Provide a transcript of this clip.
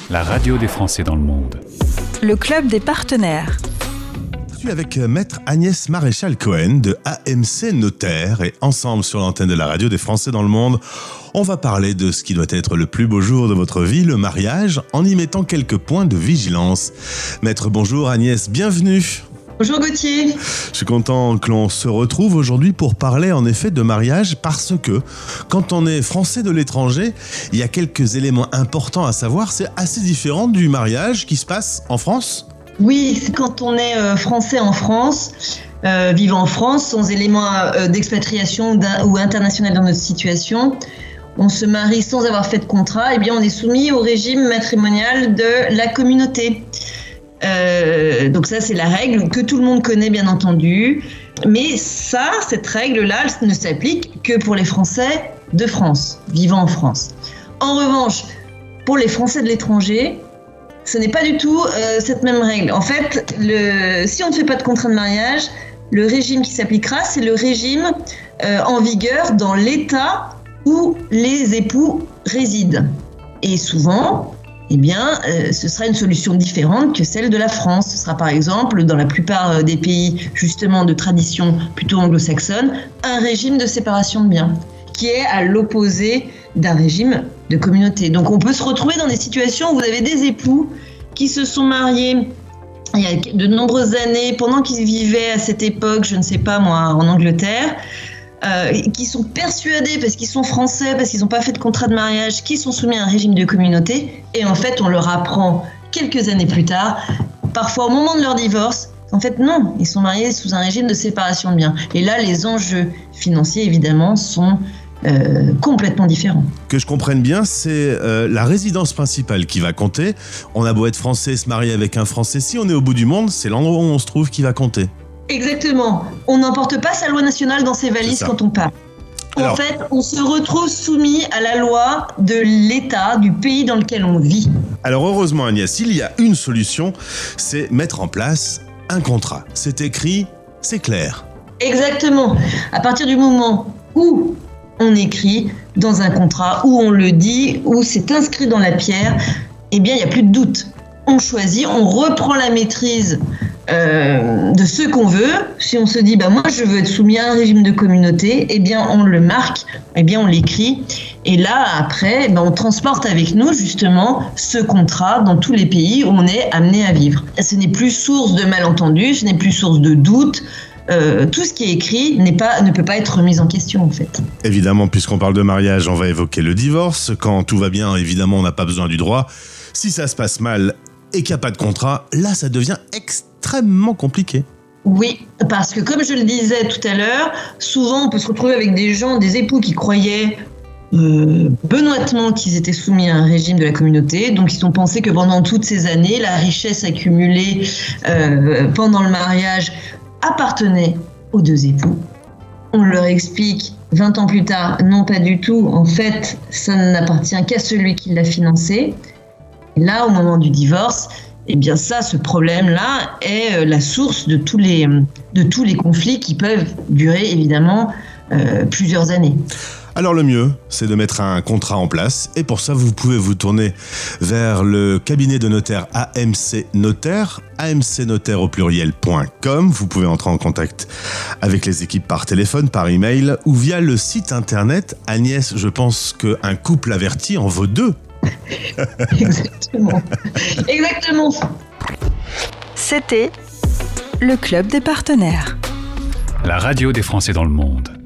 la radio des Français dans le monde. Le club des partenaires. Je suis avec maître Agnès Maréchal-Cohen de AMC Notaire et ensemble sur l'antenne de la radio des Français dans le monde, on va parler de ce qui doit être le plus beau jour de votre vie, le mariage, en y mettant quelques points de vigilance. Maître, bonjour Agnès, bienvenue. Bonjour Gauthier. Je suis content que l'on se retrouve aujourd'hui pour parler en effet de mariage parce que quand on est français de l'étranger, il y a quelques éléments importants à savoir. C'est assez différent du mariage qui se passe en France. Oui, quand on est français en France, vivant en France, sans éléments d'expatriation ou international dans notre situation, on se marie sans avoir fait de contrat, eh bien on est soumis au régime matrimonial de la communauté. Donc ça c'est la règle que tout le monde connaît bien entendu, mais cette règle-là ne s'applique que pour les Français de France, vivant en France. En revanche, pour les Français de l'étranger, ce n'est pas du tout cette même règle. En fait, si on ne fait pas de contrat de mariage, le régime qui s'appliquera, c'est le régime en vigueur dans l'État où les époux résident. Et souvent, ce sera une solution différente que celle de la France. Ce sera par exemple, dans la plupart des pays justement de tradition plutôt anglo-saxonne, un régime de séparation de biens qui est à l'opposé d'un régime de communauté. Donc on peut se retrouver dans des situations où vous avez des époux qui se sont mariés il y a de nombreuses années, pendant qu'ils vivaient à cette époque, je ne sais pas moi, en Angleterre, qui sont persuadés, parce qu'ils sont français, parce qu'ils n'ont pas fait de contrat de mariage, qu'ils sont soumis à un régime de communauté, et en fait on leur apprend quelques années plus tard, parfois au moment de leur divorce, en fait non, ils sont mariés sous un régime de séparation de biens. Et là les enjeux financiers évidemment sont complètement différents. Que je comprenne bien, c'est la résidence principale qui va compter. On a beau être français, se marier avec un Français, si on est au bout du monde, c'est l'endroit où on se trouve qui va compter. Exactement. On n'emporte pas sa loi nationale dans ses valises quand on part. En fait, on se retrouve soumis à la loi de l'État, du pays dans lequel on vit. Alors heureusement Agnès, il y a une solution, c'est mettre en place un contrat. C'est écrit, c'est clair. Exactement. À partir du moment où on écrit dans un contrat, où on le dit, où c'est inscrit dans la pierre, eh bien il n'y a plus de doute. On choisit, on reprend la maîtrise de ce qu'on veut. Si on se dit moi je veux être soumis à un régime de communauté, eh bien on le marque, eh bien on l'écrit, et là après on transporte avec nous justement ce contrat dans tous les pays où on est amené à vivre. Ce n'est plus source de malentendus, ce n'est plus source de doute. Tout ce qui est écrit ne peut pas être remis en question en fait. Évidemment, puisqu'on parle de mariage, on va évoquer le divorce. Quand tout va bien, évidemment, on n'a pas besoin du droit. Si ça se passe mal et qu'il n'y a pas de contrat, là, ça devient extrêmement compliqué. Oui, parce que comme je le disais tout à l'heure, souvent on peut se retrouver avec des époux qui croyaient benoîtement qu'ils étaient soumis à un régime de la communauté, donc ils ont pensé que pendant toutes ces années, la richesse accumulée pendant le mariage appartenait aux deux époux. On leur explique 20 ans plus tard, non pas du tout, en fait ça n'appartient qu'à celui qui l'a financé. Et là, au moment du divorce, ce problème-là est la source de tous les conflits qui peuvent durer évidemment plusieurs années. Alors le mieux, c'est de mettre un contrat en place, et pour ça, vous pouvez vous tourner vers le cabinet de notaire AMC Notaire, amcnotaire au pluriel.com. Vous pouvez entrer en contact avec les équipes par téléphone, par email ou via le site internet. Agnès, je pense qu'un couple averti en vaut deux. Exactement. C'était le club des partenaires. La radio des Français dans le monde.